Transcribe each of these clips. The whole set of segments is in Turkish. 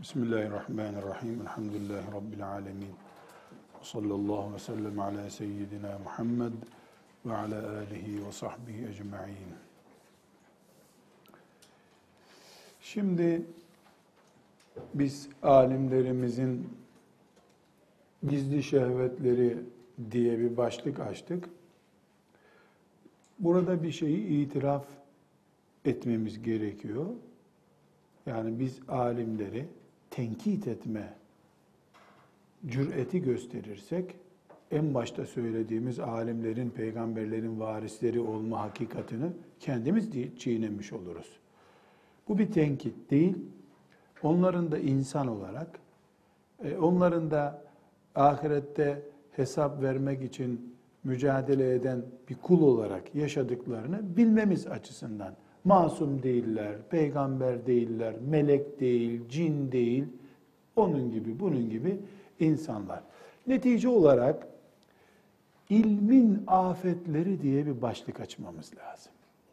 Bismillahirrahmanirrahim. Elhamdülillahi Rabbil alemin. Ve sallallahu ve sellem ala seyyidina Muhammed ve ala alihi ve sahbihi ecma'in. Şimdi biz alimlerimizin gizli şehvetleri diye bir başlık açtık. Burada bir şeyi itiraf etmemiz gerekiyor. Yani biz alimleri tenkit etme cüreti gösterirsek, en başta söylediğimiz alimlerin, peygamberlerin varisleri olma hakikatini kendimiz çiğnemiş oluruz. Bu bir tenkit değil. Onların da insan olarak, onların da ahirette hesap vermek için mücadele eden bir kul olarak yaşadıklarını bilmemiz açısından. Masum değiller, peygamber değiller, melek değil, cin değil, onun gibi, bunun gibi insanlar. Netice olarak ilmin afetleri diye bir başlık açmamız lazım.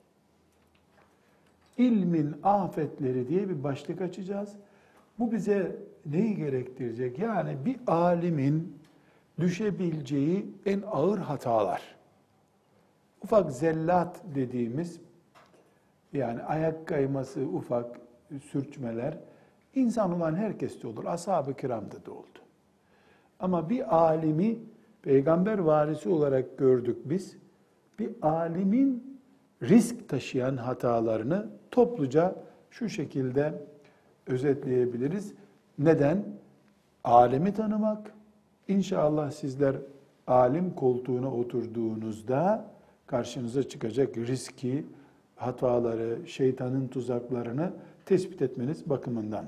İlmin afetleri diye bir başlık açacağız. Bu bize neyi gerektirecek? Yani bir alimin düşebileceği en ağır hatalar. Ufak zellat dediğimiz, yani ayak kayması, ufak sürçmeler insan olan herkeste olur. Ashab-ı kiramda da oldu. Ama bir alimi peygamber varisi olarak gördük biz. Bir alimin risk taşıyan hatalarını topluca şu şekilde özetleyebiliriz. Neden? Alimi tanımak. İnşallah sizler alim koltuğuna oturduğunuzda karşınıza çıkacak riski, hataları, şeytanın tuzaklarını tespit etmeniz bakımından.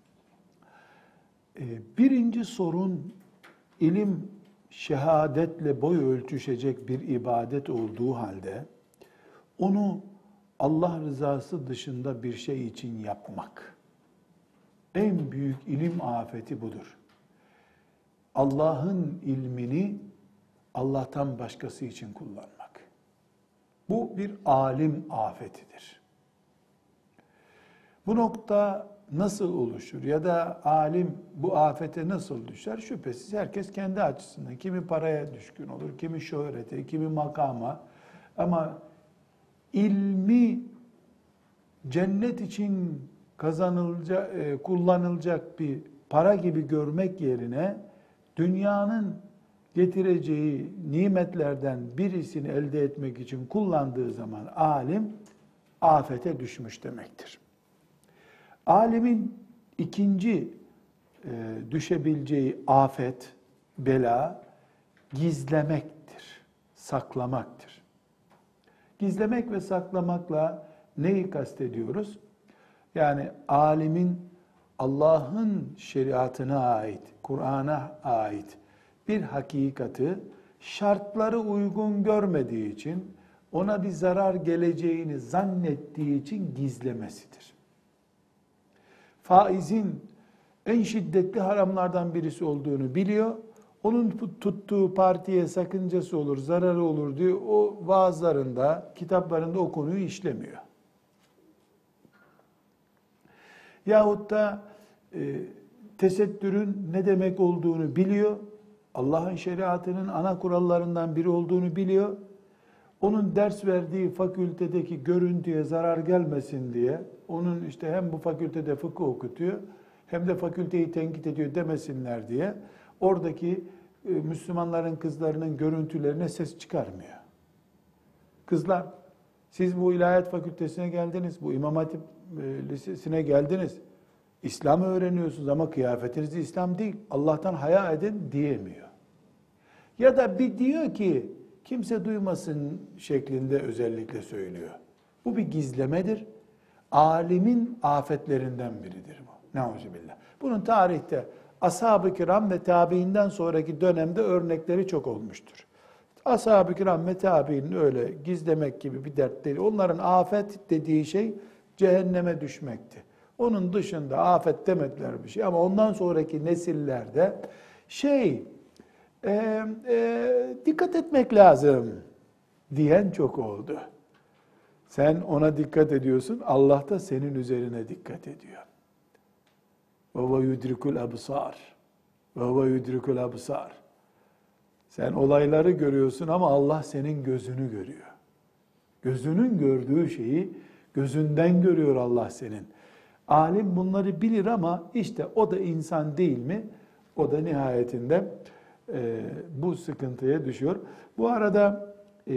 Birinci sorun, ilim şehadetle boy ölçüşecek bir ibadet olduğu halde onu Allah rızası dışında bir şey için yapmak. En büyük ilim afeti budur. Allah'ın ilmini Allah'tan başkası için kullanmak. Bu bir alim afetidir. Bu nokta nasıl oluşur ya da alim bu afete nasıl düşer? Şüphesiz herkes kendi açısından. Kimi paraya düşkün olur, kimi şöhrete, kimi makama. Ama ilmi cennet için kullanılacak bir para gibi görmek yerine dünyanın getireceği nimetlerden birisini elde etmek için kullandığı zaman alim afete düşmüş demektir. Alimin ikinci düşebileceği afet, bela gizlemektir, saklamaktır. Gizlemek ve saklamakla neyi kastediyoruz? Yani alimin Allah'ın şeriatına ait, Kur'an'a ait bir hakikati şartları uygun görmediği için, ona bir zarar geleceğini zannettiği için gizlemesidir. Faizin en şiddetli haramlardan birisi olduğunu biliyor. Onun tuttuğu partiye sakıncası olur, zararı olur diye o vaazlarında, kitaplarında o konuyu işlemiyor. Yahut da tesettürün ne demek olduğunu biliyor. Allah'ın şeriatının ana kurallarından biri olduğunu biliyor. Onun ders verdiği fakültedeki görüntüye zarar gelmesin diye, onun işte hem bu fakültede fıkıh okutuyor, hem de fakülteyi tenkit ediyor demesinler diye, oradaki Müslümanların kızlarının görüntülerine ses çıkarmıyor. Kızlar, siz bu ilahiyat fakültesine geldiniz, bu İmam Hatip Lisesi'ne geldiniz, İslam'ı öğreniyorsunuz ama kıyafetiniz İslam değil, Allah'tan haya edin diyemiyor. Ya da bir diyor ki, kimse duymasın şeklinde özellikle söylüyor. Bu bir gizlemedir. Alimin afetlerinden biridir bu. Neuzubillah. Bunun tarihte ashab-ı kiram ve tabiinden sonraki dönemde örnekleri çok olmuştur. Ashab-ı kiram ve tabiinin öyle gizlemek gibi bir dert değil. Onların afet dediği şey cehenneme düşmekti. Onun dışında afet demediler bir şey. Ama ondan sonraki nesillerde dikkat etmek lazım diyen çok oldu. Sen ona dikkat ediyorsun, Allah da senin üzerine dikkat ediyor. Ve huve yudrikul absar. Ve huve yudrikul absar. Sen olayları görüyorsun ama Allah senin gözünü görüyor. Gözünün gördüğü şeyi gözünden görüyor Allah senin. Alim bunları bilir ama işte o da insan değil mi? O da nihayetinde bu sıkıntıya düşüyor. Bu arada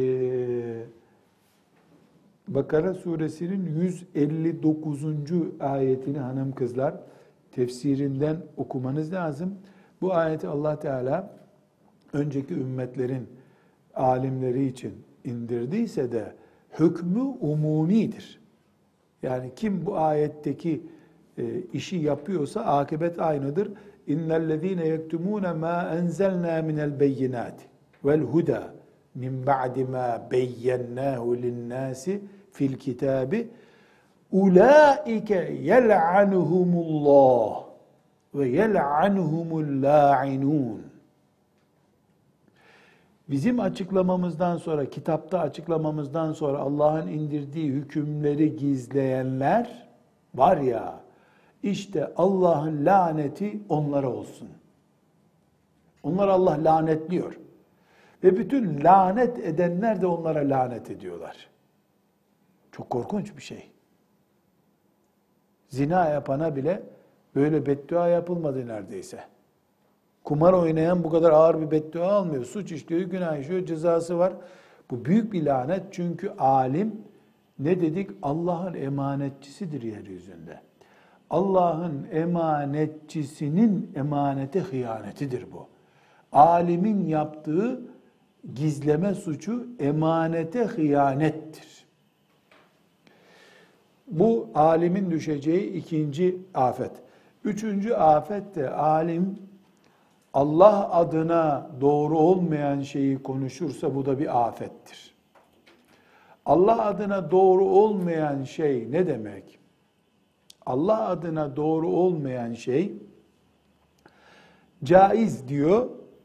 Bakara suresinin 159. ayetini hanım kızlar tefsirinden okumanız lazım. Bu ayeti Allah Teala önceki ümmetlerin alimleri için indirdiyse de hükmü umumidir. Yani kim bu ayetteki işi yapıyorsa akıbet aynıdır. İnnellezîne yektumûne mâ enzelnâ minel beyinâti vel hudâ min ba'di mâ beyyennâhu linnâsi fil kitâbi ulaike yel'anuhumullah ve yel'anuhumul lâ'inûn. Bizim açıklamamızdan sonra, kitapta açıklamamızdan sonra Allah'ın indirdiği hükümleri gizleyenler var ya, işte Allah'ın laneti onlara olsun. Onları Allah lanetliyor. Ve bütün lanet edenler de onlara lanet ediyorlar. Çok korkunç bir şey. Zina yapana bile böyle beddua yapılmadı neredeyse. Kumar oynayan bu kadar ağır bir beddua almıyor. Suç işliyor, günah işliyor, cezası var. Bu büyük bir lanet çünkü alim ne dedik? Allah'ın emanetçisidir yeryüzünde. Allah'ın emanetçisinin emanete hıyanetidir bu. Alimin yaptığı gizleme suçu emanete hıyanettir. Bu alimin düşeceği ikinci afet. Üçüncü afet de alim Allah adına doğru olmayan şeyi konuşursa bu da bir afettir. Allah adına doğru olmayan şey ne demek? Allah adına doğru olmayan şey caiz diyor.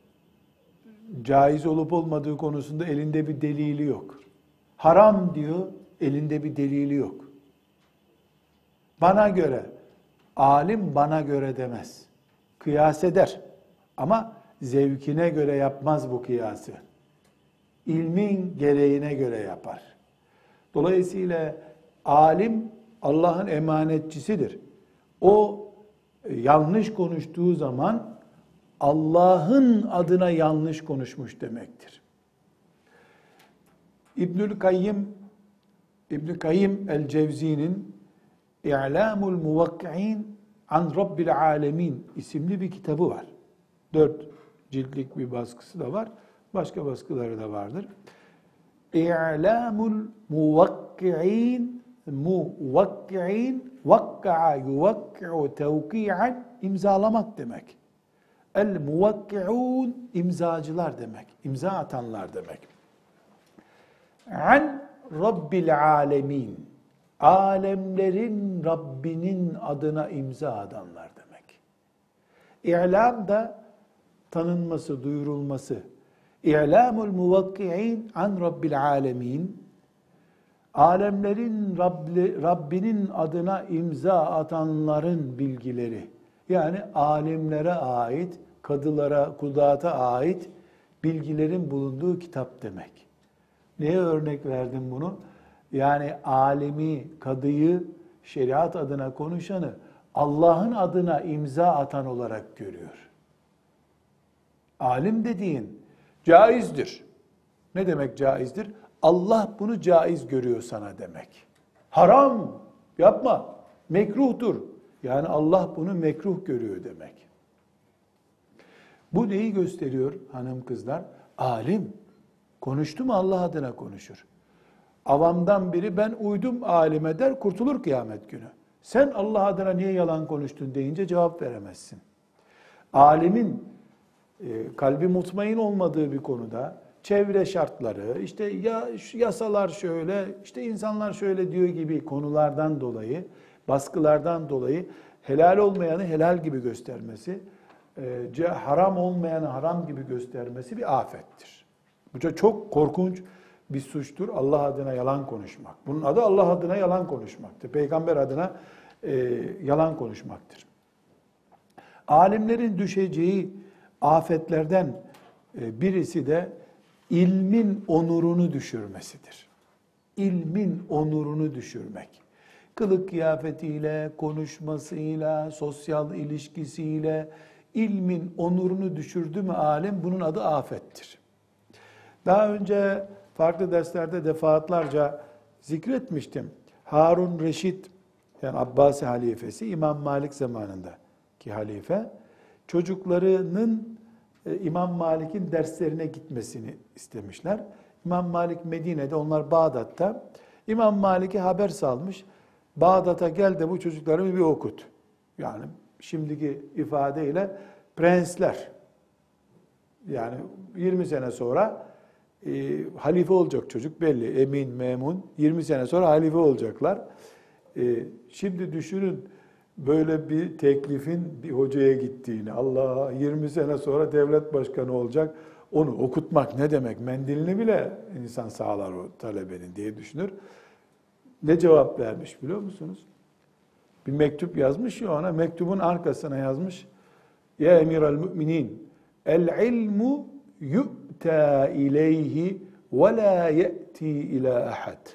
Caiz olup olmadığı konusunda elinde bir delili yok. Haram diyor, elinde bir delili yok. Bana göre, alim bana göre demez. Kıyas eder. Ama zevkine göre yapmaz bu kıyası. İlmin gereğine göre yapar. Dolayısıyla alim Allah'ın emanetçisidir. O yanlış konuştuğu zaman Allah'ın adına yanlış konuşmuş demektir. İbnül Kayyim el-Cevzi'nin İ'lamul Muvakki'in an Rabbil Alemin isimli bir kitabı var. 4 ciltlik bir baskısı da var. Başka baskıları da vardır. İ'lamul muvakki'in vakka'a yuvakki'u tevki'an imzalamak demek. El muvakki'un imzacılar demek. İmza atanlar demek. An Rabbil Alemin. Alemlerin Rabbinin adına imza atanlar demek. İ'lam da tanınması, duyurulması. İ'lamul muvakki'in an Rabbil alemin. Alemlerin Rabbinin adına imza atanların bilgileri. Yani alimlere ait, kadılara, kudata ait bilgilerin bulunduğu kitap demek. Neye örnek verdim bunu? Yani alimi, kadıyı, şeriat adına konuşanı Allah'ın adına imza atan olarak görüyor. Alim dediğin caizdir. Ne demek caizdir? Allah bunu caiz görüyor sana demek. Haram, yapma, mekruhtur. Yani Allah bunu mekruh görüyor demek. Bu neyi gösteriyor hanım kızlar? Alim. Konuştu mu Allah adına konuşur. Avamdan biri ben uydum alime der, kurtulur kıyamet günü. Sen Allah adına niye yalan konuştun deyince cevap veremezsin. Alimin kalbi mutmain olmadığı bir konuda çevre şartları, işte ya yasalar şöyle, işte insanlar şöyle diyor gibi konulardan dolayı, baskılardan dolayı helal olmayanı helal gibi göstermesi, haram olmayanı haram gibi göstermesi bir afettir. Bu çok korkunç bir suçtur. Allah adına yalan konuşmak. Bunun adı Allah adına yalan konuşmaktır. Peygamber adına yalan konuşmaktır. Alimlerin düşeceği afetlerden birisi de ilmin onurunu düşürmesidir. İlmin onurunu düşürmek. Kılık kıyafetiyle, konuşmasıyla, sosyal ilişkisiyle ilmin onurunu düşürdü mü alim, bunun adı afettir. Daha önce farklı derslerde defaatlarca zikretmiştim. Harun Reşit, yani Abbasi halifesi, İmam Malik zamanındaki halife, çocuklarının İmam Malik'in derslerine gitmesini istemişler. İmam Malik Medine'de, onlar Bağdat'ta. İmam Malik'e haber salmış. Bağdat'a gel de bu çocuklarımı bir okut. Yani şimdiki ifadeyle prensler. Yani 20 sene sonra halife olacak çocuk belli. Emin, memun. 20 sene sonra halife olacaklar. Şimdi düşünün böyle bir teklifin bir hocaya gittiğini. Allah, 20 sene sonra devlet başkanı olacak. Onu okutmak ne demek? Mendilini bile insan sağlar o talebenin diye düşünür. Ne cevap vermiş biliyor musunuz? Bir mektup yazmış ya ona. Mektubun arkasına yazmış. Ya emiral müminin, el ilmu yu'ta ileyhi ve la ye'ti ila ahad.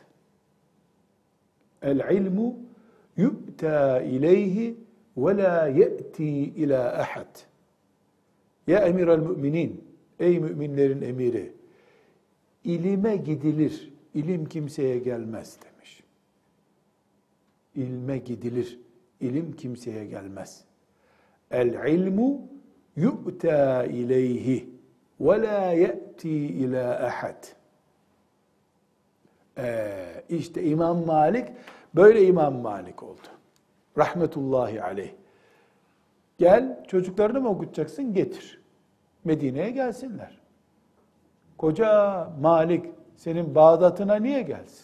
El ilmu yu'ta ileyhi ve la ye'ti ila ahad. Ya emiral müminin, ey müminlerin emiri, ilime gidilir, ilim kimseye gelmez demiş. İlme gidilir, ilim kimseye gelmez. El ilmu yu'ta ileyhi ve la ye'ti ila ahad. İşte İmam Malik böyle İmam Malik oldu. Rahmetullahi aleyh. Gel, çocuklarını mı okutacaksın? Getir. Medine'ye gelsinler. Koca Malik senin Bağdat'ına niye gelsin?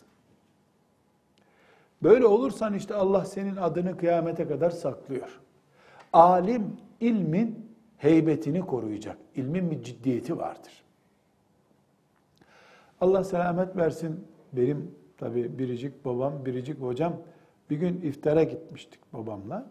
Böyle olursan işte Allah senin adını kıyamete kadar saklıyor. Alim ilmin heybetini koruyacak. İlmin bir ciddiyeti vardır. Allah selamet versin. Benim tabii biricik babam, biricik hocam, bir gün iftara gitmiştik babamla.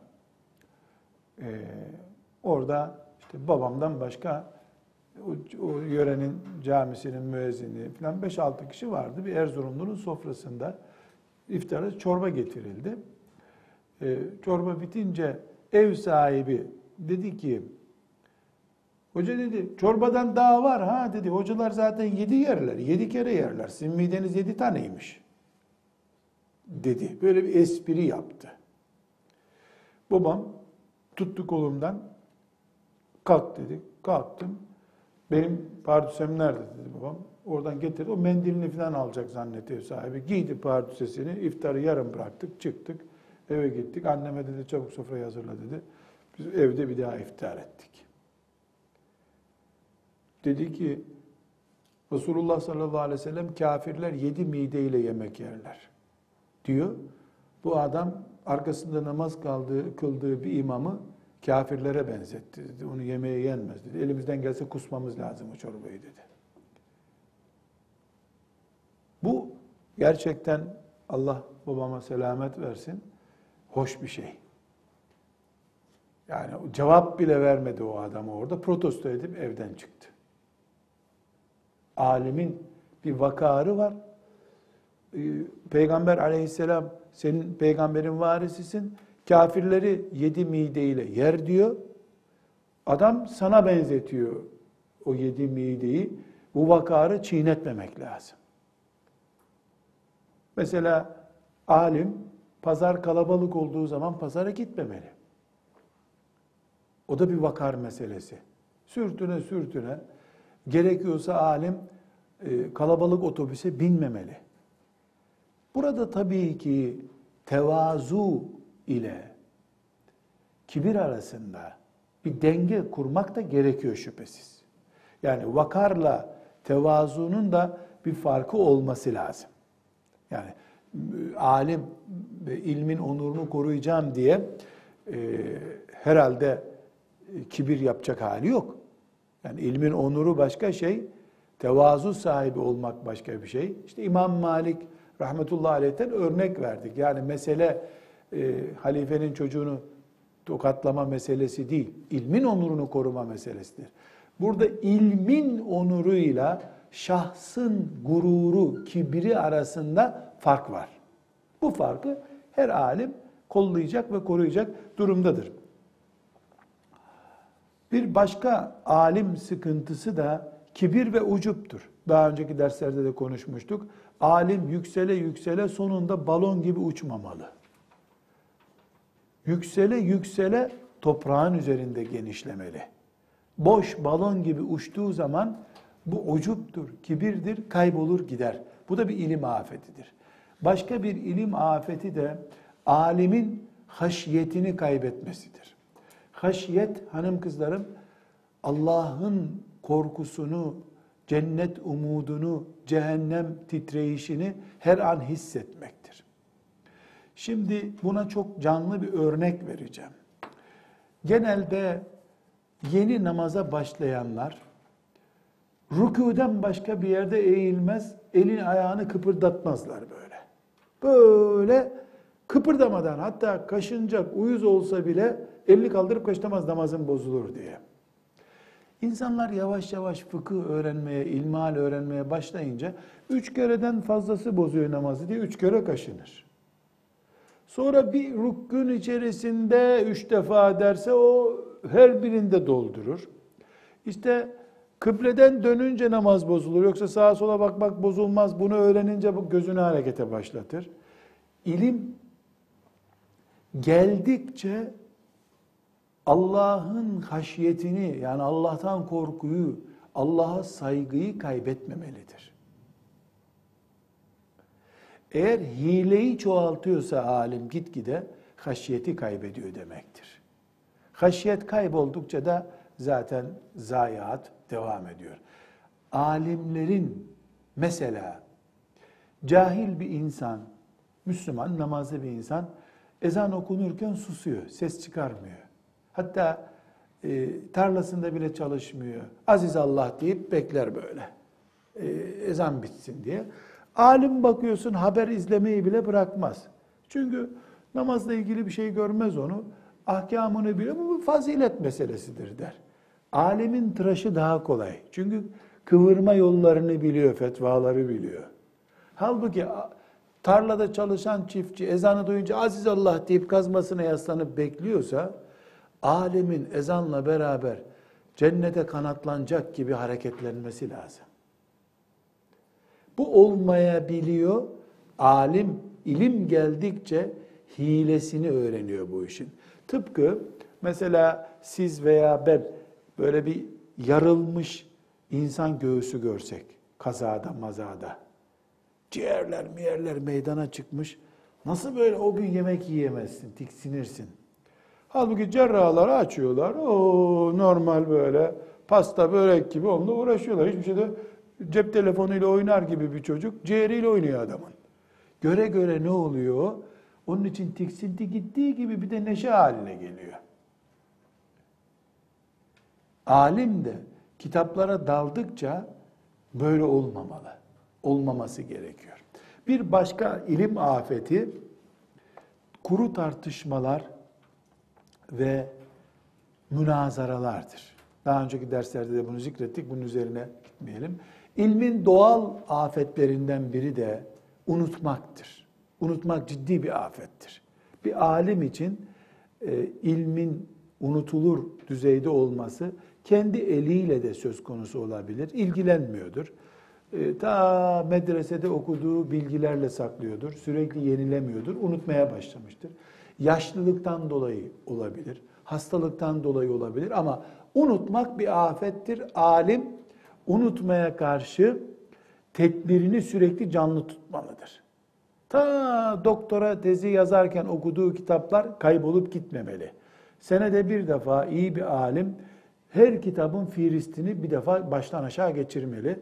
Orada işte babamdan başka o yörenin camisinin müezzini falan 5-6 kişi vardı. Bir Erzurumlu'nun sofrasında iftara çorba getirildi. Çorba bitince ev sahibi dedi ki, hoca dedi, çorbadan daha var ha dedi. Hocalar zaten 7 yerler, 7 kere yerler. Sizin mideniz 7 taneymiş dedi. Böyle bir espri yaptı. Babam tuttu kolumdan, kalk dedi. Kalktım. Benim pardüsem nerede dedi babam. Oradan getirdi. O mendilini falan alacak zannetti ev sahibi. Giydi pardüsesini. İftarı yarım bıraktık. Çıktık. Eve gittik. Anneme dedi çabuk sofrayı hazırla dedi. Biz evde bir daha iftar ettik. Dedi ki Resulullah sallallahu aleyhi ve sellem kafirler 7 mideyle yemek yerler diyor. Bu adam arkasında namaz kıldığı bir imamı kafirlere benzetti dedi. Onu yemeğe yenmez dedi. Elimizden gelse kusmamız lazım o çorbayı dedi. Bu gerçekten Allah babama selamet versin. Hoş bir şey. Yani cevap bile vermedi o adama orada. Protesto edip evden çıktı. Alimin bir vakarı var. Peygamber aleyhisselam senin peygamberin varisisin. Kafirleri 7 mideyle yer diyor. Adam sana benzetiyor o 7 mideyi. Bu vakarı çiğnetmemek lazım. Mesela alim pazar kalabalık olduğu zaman pazara gitmemeli. O da bir vakar meselesi. Sürtüne gerekiyorsa alim kalabalık otobüse binmemeli. Burada tabii ki tevazu ile kibir arasında bir denge kurmak da gerekiyor şüphesiz. Yani vakarla tevazunun da bir farkı olması lazım. Yani alim ilmin onurunu koruyacağım diye herhalde kibir yapacak hali yok. Yani ilmin onuru başka şey, tevazu sahibi olmak başka bir şey. İşte İmam Malik rahmetullahi aleyh'ten örnek verdik. Yani mesele halifenin çocuğunu tokatlama meselesi değil, ilmin onurunu koruma meselesidir. Burada ilmin onuruyla şahsın gururu, kibri arasında fark var. Bu farkı her alim kollayacak ve koruyacak durumdadır. Bir başka alim sıkıntısı da kibir ve ucuptur. Daha önceki derslerde de konuşmuştuk. Alim yüksele yüksele sonunda balon gibi uçmamalı. Yüksele yüksele toprağın üzerinde genişlemeli. Boş balon gibi uçtuğu zaman bu ucuptur, kibirdir, kaybolur gider. Bu da bir ilim afetidir. Başka bir ilim afeti de alimin haşyetini kaybetmesidir. Haşyet, hanım kızlarım, Allah'ın korkusunu, cennet umudunu, cehennem titreyişini her an hissetmektir. Şimdi buna çok canlı bir örnek vereceğim. Genelde yeni namaza başlayanlar rükûden başka bir yerde eğilmez, elini ayağını kıpırdatmazlar böyle. Böyle kıpırdamadan, hatta kaşınacak uyuz olsa bile elini kaldırıp kaşınamaz, namazın bozulur diye. İnsanlar yavaş yavaş fıkıh öğrenmeye, ilmihal öğrenmeye başlayınca 3 kereden fazlası bozuyor namazı diye 3 kere kaşınır. Sonra bir rükûn içerisinde 3 defa derse o her birinde doldurur. İşte kıbleden dönünce namaz bozulur. Yoksa sağa sola bakmak bozulmaz. Bunu öğrenince gözünü harekete başlatır. İlim geldikçe Allah'ın haşyetini, yani Allah'tan korkuyu, Allah'a saygıyı kaybetmemelidir. Eğer hileyi çoğaltıyorsa alim gitgide haşyeti kaybediyor demektir. Haşyet kayboldukça da zaten zayiat devam ediyor. Alimlerin mesela cahil bir insan, Müslüman, namazlı bir insan ezan okunurken susuyor, ses çıkarmıyor. Hatta tarlasında bile çalışmıyor. Aziz Allah deyip bekler böyle. Ezan bitsin diye. Alim bakıyorsun haber izlemeyi bile bırakmaz. Çünkü namazla ilgili bir şey görmez onu. Ahkamını biliyor. Bu fazilet meselesidir der. Alimin tıraşı daha kolay. Çünkü kıvırma yollarını biliyor, fetvaları biliyor. Halbuki tarlada çalışan çiftçi ezanı duyunca aziz Allah deyip kazmasına yaslanıp bekliyorsa, alimin ezanla beraber cennete kanatlanacak gibi hareketlenmesi lazım. Bu olmayabiliyor. Alim ilim geldikçe hilesini öğreniyor bu işin. Tıpkı mesela siz veya ben böyle bir yarılmış insan göğsü görsek, kazada mazada, ciğerler miyerler meydana çıkmış, nasıl böyle o gün yemek yiyemezsin, tiksinirsin. Halbuki cerrahları açıyorlar, o normal böyle pasta börek gibi onunla uğraşıyorlar. Hiçbir şeyde cep telefonuyla oynar gibi bir çocuk ciğeriyle oynuyor adamın. Göre göre ne oluyor? Onun için tiksinti gittiği gibi bir de neşe haline geliyor. Alim de kitaplara daldıkça böyle olmamalı. Olmaması gerekiyor. Bir başka ilim afeti kuru tartışmalar ve münazaralardır. Daha önceki derslerde de bunu zikrettik. Bunun üzerine gitmeyelim. İlmin doğal afetlerinden biri de unutmaktır. Unutmak ciddi bir afettir. Bir alim için ilmin unutulur düzeyde olması kendi eliyle de söz konusu olabilir. İlgilenmiyordur. Ta medresede okuduğu bilgilerle saklıyordur. Sürekli yenilemiyordur. Unutmaya başlamıştır. Yaşlılıktan dolayı olabilir. Hastalıktan dolayı olabilir. Ama unutmak bir afettir. Alim unutmaya karşı tedbirini sürekli canlı tutmalıdır. Ta doktora tezi yazarken okuduğu kitaplar kaybolup gitmemeli. Senede bir defa iyi bir alim her kitabın fihristini bir defa baştan aşağı geçirmeli.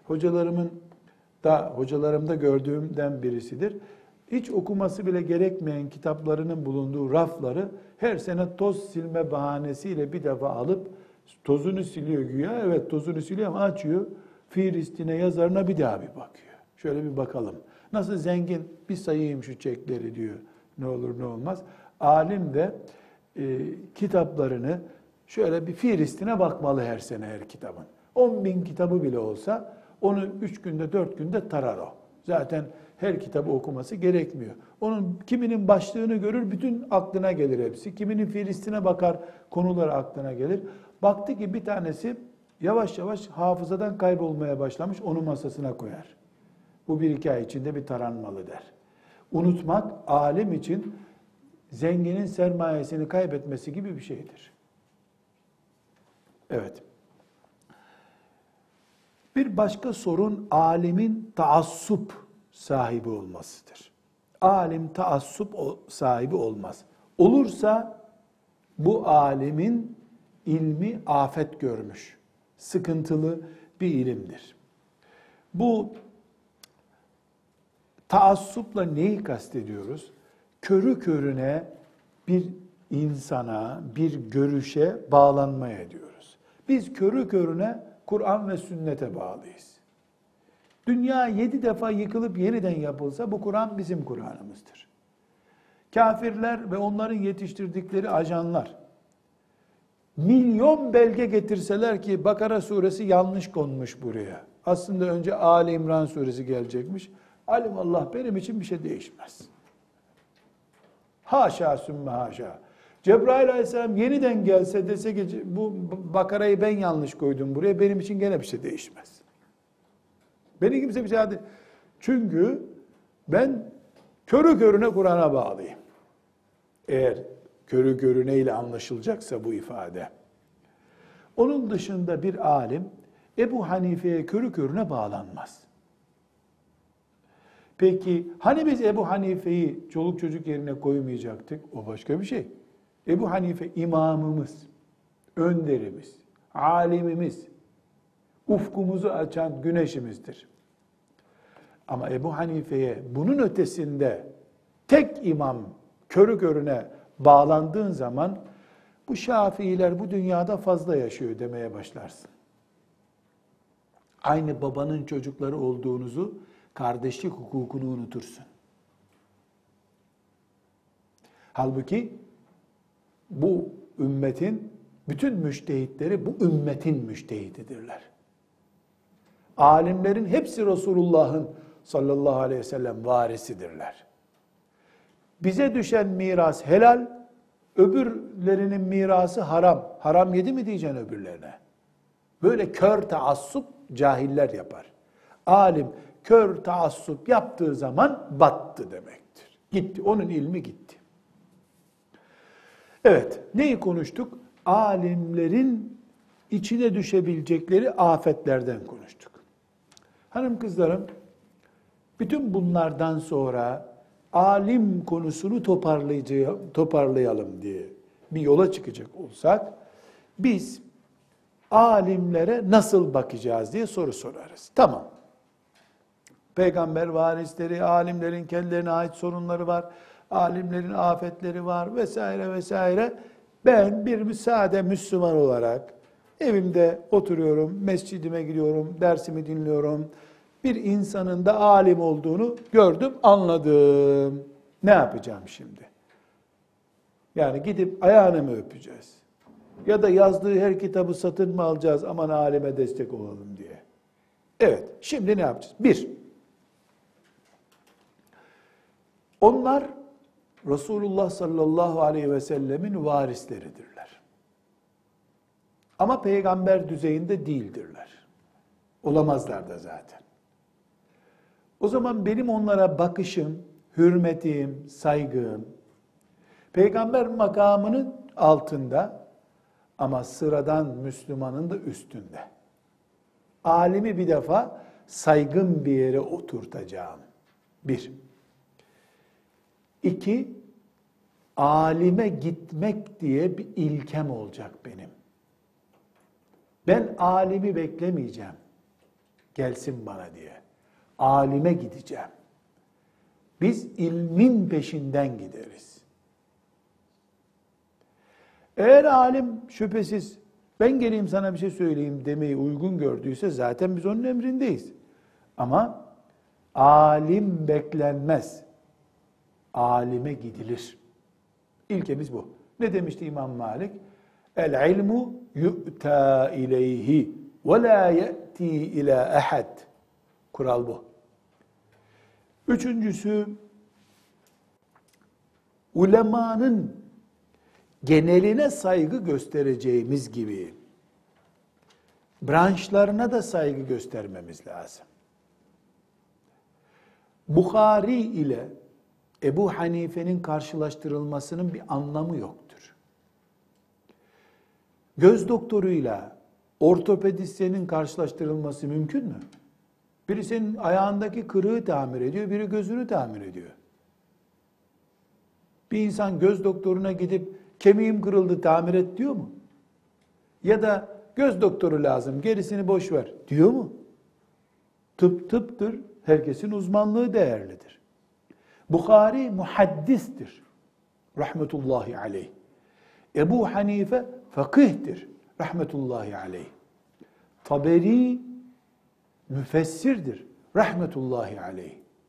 Hocalarımda gördüğümden birisidir. Hiç okuması bile gerekmeyen kitaplarının bulunduğu rafları her sene toz silme bahanesiyle bir defa alıp tozunu siliyor güya. Evet tozunu siliyor ama açıyor. Fihristine, yazarına bir daha bir bakıyor. Şöyle bir bakalım. Nasıl zengin bir sayayım şu çekleri diyor. Ne olur ne olmaz. Alim de kitaplarını şöyle bir fihristine bakmalı her sene her kitabın. 10.000 kitabı bile olsa onu 3 günde 4 günde tarar o. Zaten her kitabı okuması gerekmiyor. Onun kiminin başlığını görür, bütün aklına gelir hepsi. Kiminin fihristine bakar, konuları aklına gelir. Baktı ki bir tanesi yavaş yavaş hafızadan kaybolmaya başlamış, onu masasına koyar. Bu 1-2 ay içinde bir taranmalı der. Unutmak alim için zenginin sermayesini kaybetmesi gibi bir şeydir. Evet. Bir başka sorun alimin taassup sahibi olmasıdır. Alim taassup sahibi olmaz. Olursa bu alimin ilmi afet görmüş, sıkıntılı bir ilimdir. Bu taassupla neyi kastediyoruz? Körü körüne bir insana, bir görüşe bağlanmaya diyoruz. Biz körü körüne Kur'an ve sünnete bağlıyız. Dünya 7 defa yıkılıp yeniden yapılsa bu Kur'an bizim Kur'an'ımızdır. Kafirler ve onların yetiştirdikleri ajanlar milyon belge getirseler ki Bakara suresi yanlış konmuş buraya. Aslında önce Ali İmran suresi gelecekmiş. Alimallah benim için bir şey değişmez. Haşa sümme haşa. Cebrail aleyhisselam yeniden gelse dese ki bu Bakara'yı ben yanlış koydum buraya, benim için gene bir şey değişmez. Beni kimse bir şey değil. Çünkü ben körü körüne Kur'an'a bağlıyım. Eğer körü körüne ile anlaşılacaksa bu ifade. Onun dışında bir alim Ebu Hanife'ye körü körüne bağlanmaz. Peki hani biz Ebu Hanife'yi çoluk çocuk yerine koymayacaktık? O başka bir şey. Ebu Hanife imamımız, önderimiz, alimimiz, ufkumuzu açan güneşimizdir. Ama Ebu Hanife'ye bunun ötesinde tek imam körü körüne bağlandığın zaman bu Şafiiler bu dünyada fazla yaşıyor demeye başlarsın. Aynı babanın çocukları olduğunuzu, kardeşlik hukukunu unutursun. Halbuki bu ümmetin bütün müştehitleri bu ümmetin müştehididirler. Alimlerin hepsi Resulullah'ın sallallahu aleyhi ve sellem varisidirler. Bize düşen miras helal, öbürlerinin mirası haram. Haram yedi mi diyeceksin öbürlerine? Böyle kör taassup cahiller yapar. Alim kör taassup yaptığı zaman battı demektir. Gitti, onun ilmi gitti. Evet, neyi konuştuk? Alimlerin içine düşebilecekleri afetlerden konuştuk. Hanım kızlarım, bütün bunlardan sonra alim konusunu toparlayalım diye bir yola çıkacak olsak, biz alimlere nasıl bakacağız diye soru sorarız. Tamam. Peygamber varisleri, alimlerin kendilerine ait sorunları var, alimlerin afetleri var vesaire vesaire. Ben bir sade Müslüman olarak evimde oturuyorum, mescidime gidiyorum, dersimi dinliyorum. Bir insanın da alim olduğunu gördüm, anladım. Ne yapacağım şimdi? Yani gidip ayağını mı öpeceğiz? Ya da yazdığı her kitabı satın mı alacağız, aman alime destek olalım diye. Evet, şimdi ne yapacağız? Bir, onlar Resulullah sallallahu aleyhi ve sellemin varisleridirler. Ama peygamber düzeyinde değildirler. Olamazlar da zaten. O zaman benim onlara bakışım, hürmetim, saygım, peygamber makamının altında ama sıradan Müslümanın da üstünde. Alimi bir defa saygın bir yere oturtacağım. Bir. İki, alime gitmek diye bir ilkem olacak benim. Ben alimi beklemeyeceğim. Gelsin bana diye. Alime gideceğim. Biz ilmin peşinden gideriz. Eğer alim şüphesiz ben geleyim sana bir şey söyleyeyim demeyi uygun gördüyse zaten biz onun emrindeyiz. Ama alim beklenmez. Alime gidilir. İlkemiz bu. Ne demişti İmam Malik? El ilmu yu'ta ileyhi ve la ye'ti ila ahad. Kural bu. Üçüncüsü, ulemanın geneline saygı göstereceğimiz gibi branşlarına da saygı göstermemiz lazım. Bukhari ile Ebu Hanife'nin karşılaştırılmasının bir anlamı yoktur. Göz doktoruyla ortopedisyenin karşılaştırılması mümkün mü? Biri senin ayağındaki kırığı tamir ediyor, biri gözünü tamir ediyor. Bir insan göz doktoruna gidip kemiğim kırıldı tamir et diyor mu? Ya da göz doktoru lazım gerisini boş ver diyor mu? Tıp tıptır. Herkesin uzmanlığı değerlidir. Bukhari muhaddistir. Rahmetullahi aleyh. Ebu Hanife fakihtir. Rahmetullahi aleyh. Taberi müfessirdir. Rahmetullahi aleyh.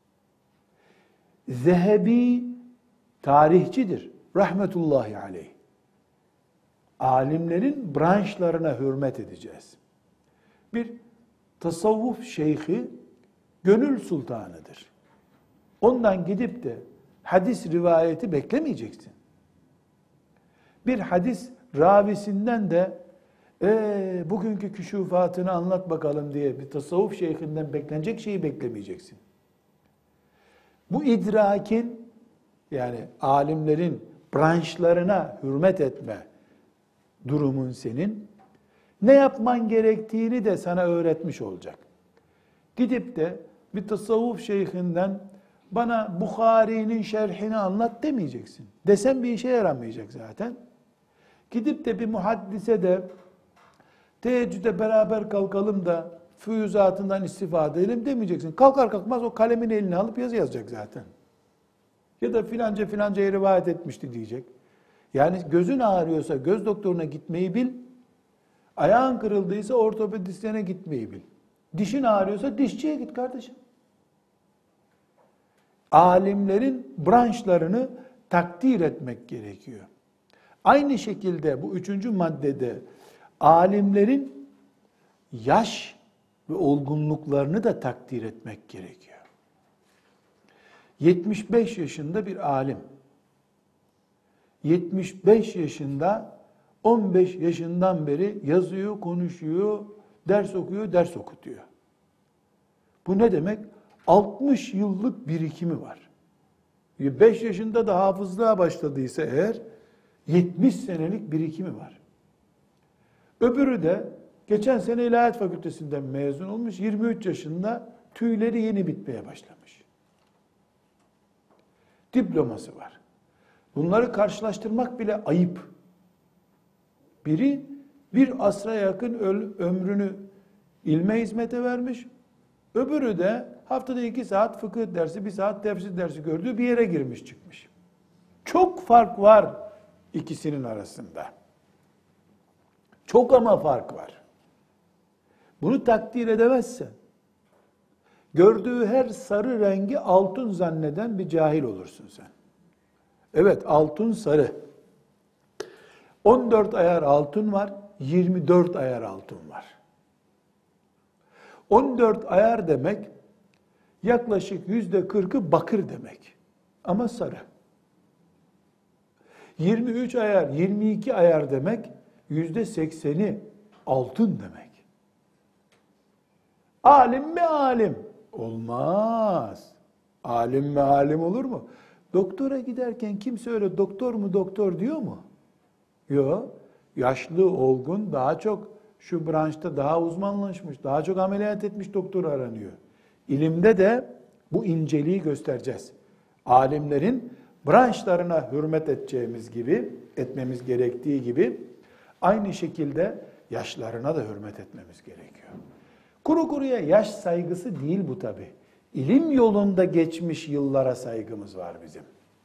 Zehebi tarihçidir. Rahmetullahi aleyh. Alimlerin branşlarına hürmet edeceğiz. Bir tasavvuf şeyhi gönül sultanıdır. Ondan gidip de hadis rivayeti beklemeyeceksin. Bir hadis ravisinden de bugünkü küşufatını anlat bakalım diye bir tasavvuf şeyhinden beklenecek şeyi beklemeyeceksin. Bu idrakin, yani alimlerin branşlarına hürmet etme durumun senin, ne yapman gerektiğini de sana öğretmiş olacak. Gidip de bir tasavvuf şeyhinden bana Bukhari'nin şerhini anlat demeyeceksin. Desen bir işe yaramayacak zaten. Gidip de bir muhaddise de teheccüde beraber kalkalım da füyüzatından istifade edelim demeyeceksin. Kalkar kalkmaz o kalemin eline alıp yazı yazacak zaten. Ya da filanca filancayı rivayet etmişti diyecek. Yani gözün ağrıyorsa göz doktoruna gitmeyi bil. Ayağın kırıldıysa ortopedisyene gitmeyi bil. Dişin ağrıyorsa dişçiye git kardeşim. Alimlerin branşlarını takdir etmek gerekiyor. Aynı şekilde bu üçüncü maddede alimlerin yaş ve olgunluklarını da takdir etmek gerekiyor. 75 yaşında bir alim, 75 yaşında 15 yaşından beri yazıyor, konuşuyor, ders okuyor, ders okutuyor. Bu ne demek? 60 yıllık birikimi var. 5 yaşında da hafızlığa başladıysa eğer 70 senelik birikimi var. Öbürü de geçen sene İlahiyat Fakültesinden mezun olmuş, 23 yaşında tüyleri yeni bitmeye başlamış. Diploması var. Bunları karşılaştırmak bile ayıp. Biri bir asra yakın ömrünü ilme hizmete vermiş, öbürü de haftada 2 saat fıkıh dersi, 1 saat tefsir dersi gördüğü bir yere girmiş çıkmış. Çok fark var ikisinin arasında. Çok ama fark var. Bunu takdir edemezsen, gördüğü her sarı rengi altın zanneden bir cahil olursun sen. Evet, altın sarı. 14 ayar altın var, 24 ayar altın var. 14 ayar demek, yaklaşık %40'ı bakır demek. Ama sarı. 23 ayar, 22 ayar demek, %80'i altın demek. Alim mi alim? Olmaz. Alim mi alim olur mu? Doktora giderken kimse öyle doktor mu doktor diyor mu? Yok. Yaşlı, olgun, daha çok şu branşta daha uzmanlaşmış, daha çok ameliyat etmiş doktor aranıyor. İlimde de bu inceliği göstereceğiz. Alimlerin branşlarına hürmet edeceğimiz gibi, etmemiz gerektiği gibi, aynı şekilde yaşlarına da hürmet etmemiz gerekiyor. Kuru kuruya yaş saygısı değil bu tabii. İlim yolunda geçmiş yıllara saygımız var bizim.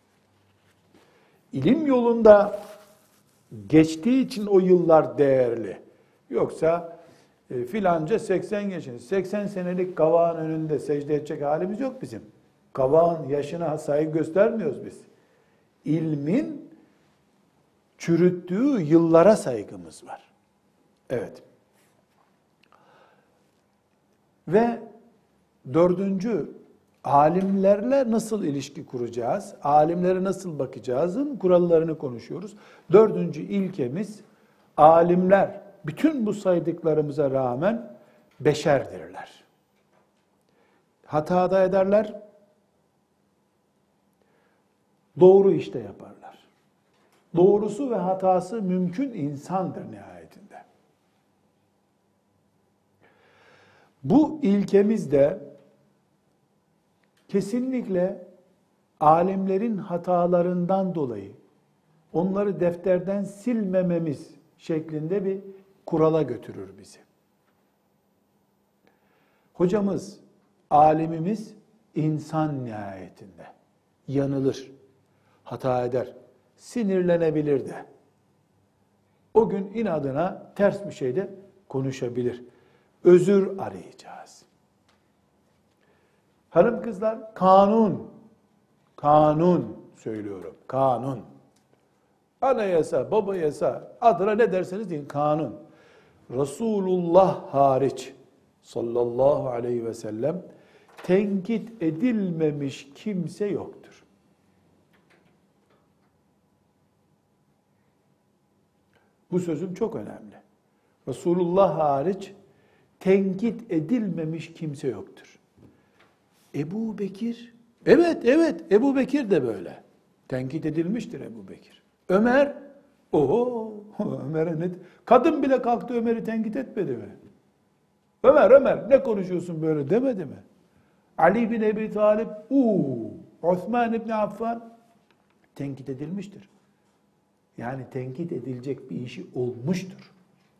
İlim yolunda geçtiği için o yıllar değerli. Yoksa filanca 80 yaşında, 80 senelik kavağın önünde secde edecek halimiz yok bizim. Kavağın yaşına saygı göstermiyoruz biz. İlmin çürüttüğü yıllara saygımız var. Evet. Ve dördüncü, alimlerle nasıl ilişki kuracağız? Alimlere nasıl bakacağızın kurallarını konuşuyoruz. Dördüncü ilkemiz, alimler bütün bu saydıklarımıza rağmen beşerdirler. Hata da ederler, doğru işte yaparlar. Doğrusu ve hatası mümkün insandır nihayetinde. Bu ilkemizde kesinlikle alimlerin hatalarından dolayı onları defterden silmememiz şeklinde bir kurala götürür bizi. Hocamız, alimimiz insan nihayetinde. Yanılır, hata eder, sinirlenebilir de. O gün inadına ters bir şey de konuşabilir. Özür arayacağız. Hanım kızlar, kanun söylüyorum, kanun. Anayasa, baba yasa, adına ne derseniz deyin, kanun. Resulullah hariç sallallahu aleyhi ve sellem tenkit edilmemiş kimse yoktur. Bu sözüm çok önemli. Resulullah hariç tenkit edilmemiş kimse yoktur. Ebu Bekir, evet Ebu Bekir de böyle. Tenkit edilmiştir Ebu Bekir. Ömer, Ömer'e ne? Kadın bile kalktı Ömer'i tenkit etmedi mi? Ömer ne konuşuyorsun böyle demedi mi? Ali bin Ebi Talib, Osman İbni Affan tenkit edilmiştir. Yani tenkit edilecek bir işi olmuştur.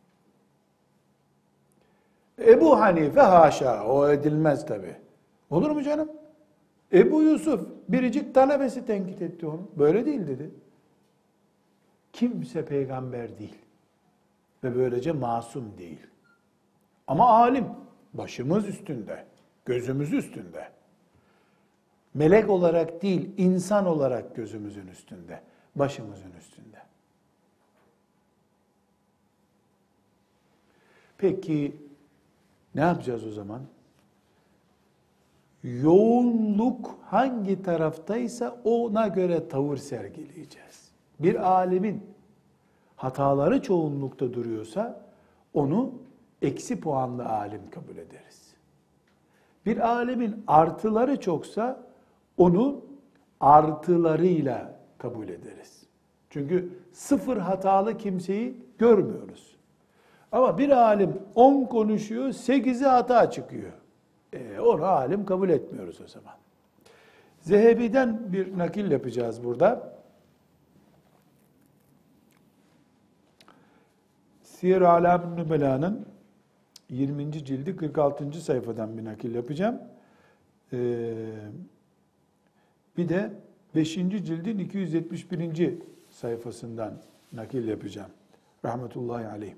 Ebu Hanife haşa, o edilmez tabi. Olur mu canım? Ebu Yusuf, biricik talebesi tenkit etti onu. Böyle değil dedi. Kimse peygamber değil. Ve böylece masum değil. Ama alim, başımız üstünde, gözümüz üstünde. Melek olarak değil, insan olarak gözümüzün üstünde, başımızın üstünde. Peki, ne yapacağız o zaman? Yoğunluk hangi taraftaysa ona göre tavır sergileyeceğiz. Bir alimin hataları çoğunlukta duruyorsa onu eksi puanlı alim kabul ederiz. Bir alimin artıları çoksa onu artılarıyla kabul ederiz. Çünkü sıfır hatalı kimseyi görmüyoruz. Ama bir alim 10 konuşuyor, 8'i hata çıkıyor. Onu alim kabul etmiyoruz o zaman. Zehebi'den bir nakil yapacağız burada. Siyer-i Âlâm-ı Nübelâ'nın 20. cildi 46. sayfadan bir nakil yapacağım. Bir de 5. cildin 271. sayfasından nakil yapacağım. Rahmetullahi aleyh.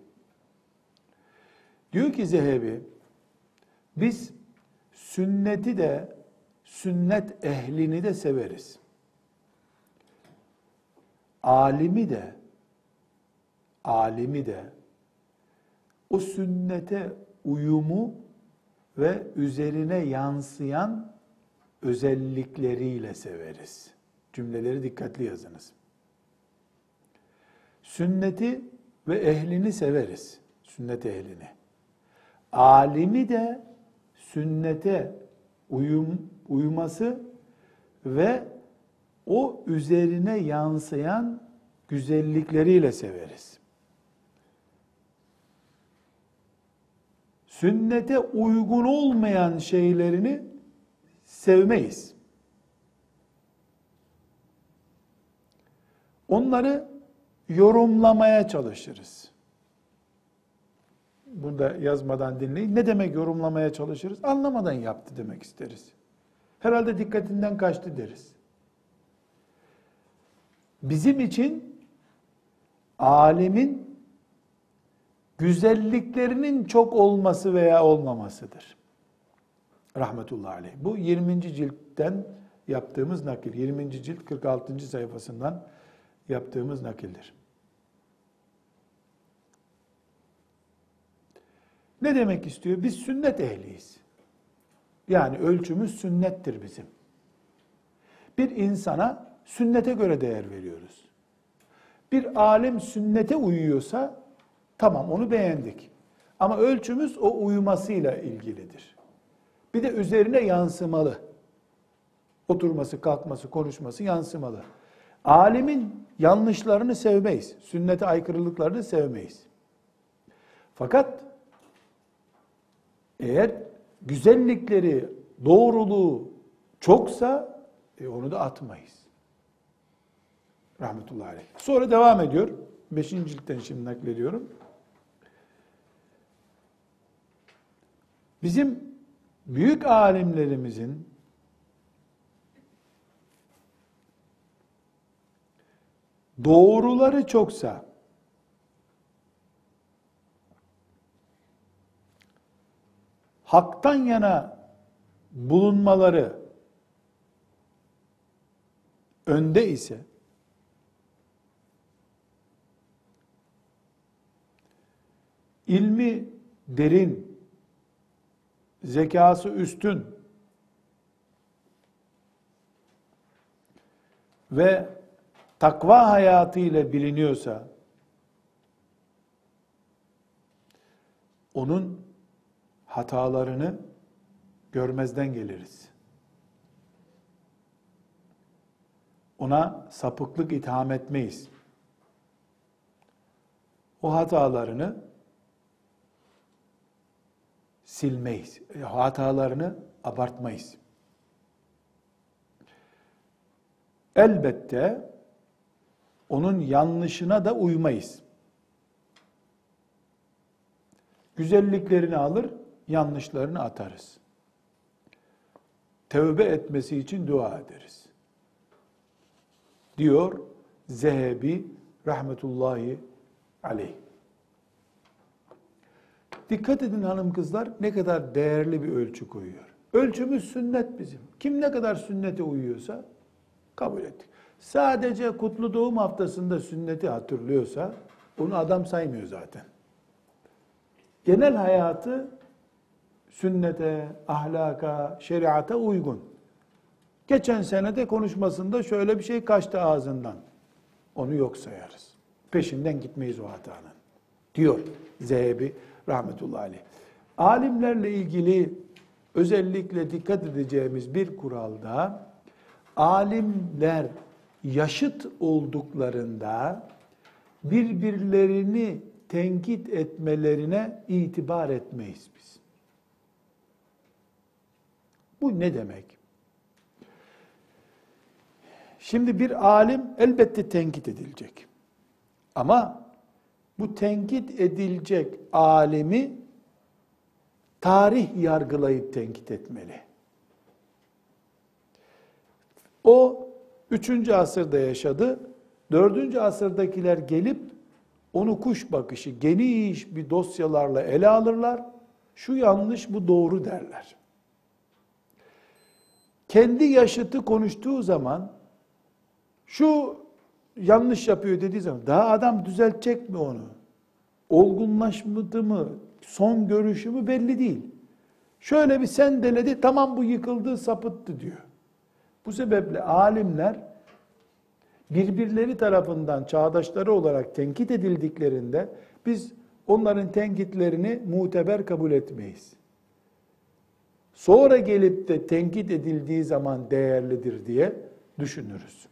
Diyor ki Zehebi, biz sünneti de, sünnet ehlini de severiz. Alimi de o sünnete uyumu ve üzerine yansıyan özellikleriyle severiz. Cümleleri dikkatli yazınız. Sünneti ve ehlini severiz. Sünnet ehlini. Alimi de sünnete uyması ve o üzerine yansıyan güzellikleriyle severiz. Sünnete uygun olmayan şeylerini sevmeyiz. Onları yorumlamaya çalışırız. Bunu da yazmadan dinleyin. Ne demek yorumlamaya çalışırız? Anlamadan yaptı demek isteriz. Herhalde dikkatinden kaçtı deriz. Bizim için alimin güzelliklerinin çok olması veya olmamasıdır. Rahmetullahi aleyh. Bu 20. ciltten yaptığımız nakil. 20. cilt 46. sayfasından yaptığımız nakildir. Ne demek istiyor? Biz sünnet ehliyiz. Yani ölçümüz sünnettir bizim. Bir insana sünnete göre değer veriyoruz. Bir alim sünnete uyuyorsa tamam, onu beğendik. Ama ölçümüz o uyumasıyla ilgilidir. Bir de üzerine yansımalı. Oturması, kalkması, konuşması yansımalı. Alimin yanlışlarını sevmeyiz. Sünnete aykırılıklarını sevmeyiz. Fakat eğer güzellikleri, doğruluğu çoksa onu da atmayız. Rahmetullahi aleyh. Sonra devam ediyor. 5. ciltten şimdi naklediyorum. Bizim büyük alimlerimizin doğruları çoksa, haktan yana bulunmaları önde ise, ilmi derin, zekası üstün ve takva hayatı ile biliniyorsa, onun hatalarını görmezden geliriz. Ona sapıklık itham etmeyiz. O hatalarını silmeyiz. Hatalarını abartmayız. Elbette onun yanlışına da uymayız. Güzelliklerini alır, yanlışlarını atarız. Tevbe etmesi için dua ederiz. Diyor Zehebi rahmetullahi aleyh. Dikkat edin hanım kızlar, ne kadar değerli bir ölçü koyuyor. Ölçümüz sünnet bizim. Kim ne kadar sünnete uyuyorsa kabul ettik. Sadece kutlu doğum haftasında sünneti hatırlıyorsa onu adam saymıyor zaten. Genel hayatı sünnete, ahlaka, şeriata uygun. Geçen senede konuşmasında şöyle bir şey kaçtı ağzından. Onu yok sayarız. Peşinden gitmeyiz o hatanın. Diyor Zehebi rahmetullahi aleyh. Alimlerle ilgili özellikle dikkat edeceğimiz bir kuralda, alimler yaşıt olduklarında birbirlerini tenkit etmelerine itibar etmeyiz biz. Bu ne demek? Şimdi bir alim elbette tenkit edilecek. Ama bu tenkit edilecek alimi tarih yargılayıp tenkit etmeli. O 3. asırda yaşadı. 4. asırdakiler gelip onu kuş bakışı, geniş bir dosyalarla ele alırlar. Şu yanlış, bu doğru derler. Kendi yaşıtı konuştuğu zaman, şu yanlış yapıyor dediği zaman, daha adam düzeltecek mi onu? Olgunlaşmadı mı? Son görüşü mü belli değil. Şöyle bir sendeledi, tamam bu yıkıldı, sapıttı diyor. Bu sebeple alimler birbirleri tarafından çağdaşları olarak tenkit edildiklerinde biz onların tenkitlerini muteber kabul etmeyiz. Sonra gelip de tenkit edildiği zaman değerlidir diye düşünürüz.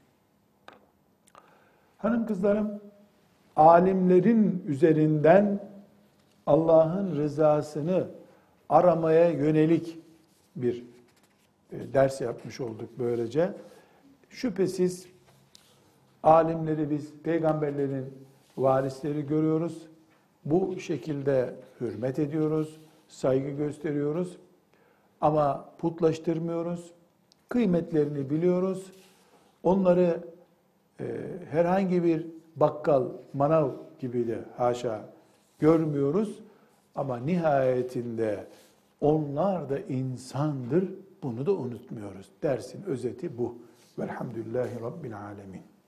Hanım kızlarım, alimlerin üzerinden Allah'ın rızasını aramaya yönelik bir ders yapmış olduk böylece. Şüphesiz alimleri biz peygamberlerin varisleri görüyoruz. Bu şekilde hürmet ediyoruz, saygı gösteriyoruz. Ama putlaştırmıyoruz. Kıymetlerini biliyoruz. Onları herhangi bir bakkal, manav gibi de haşa görmüyoruz. Ama nihayetinde onlar da insandır. Bunu da unutmuyoruz. Dersin özeti bu. Velhamdülillahi Rabbil alemin.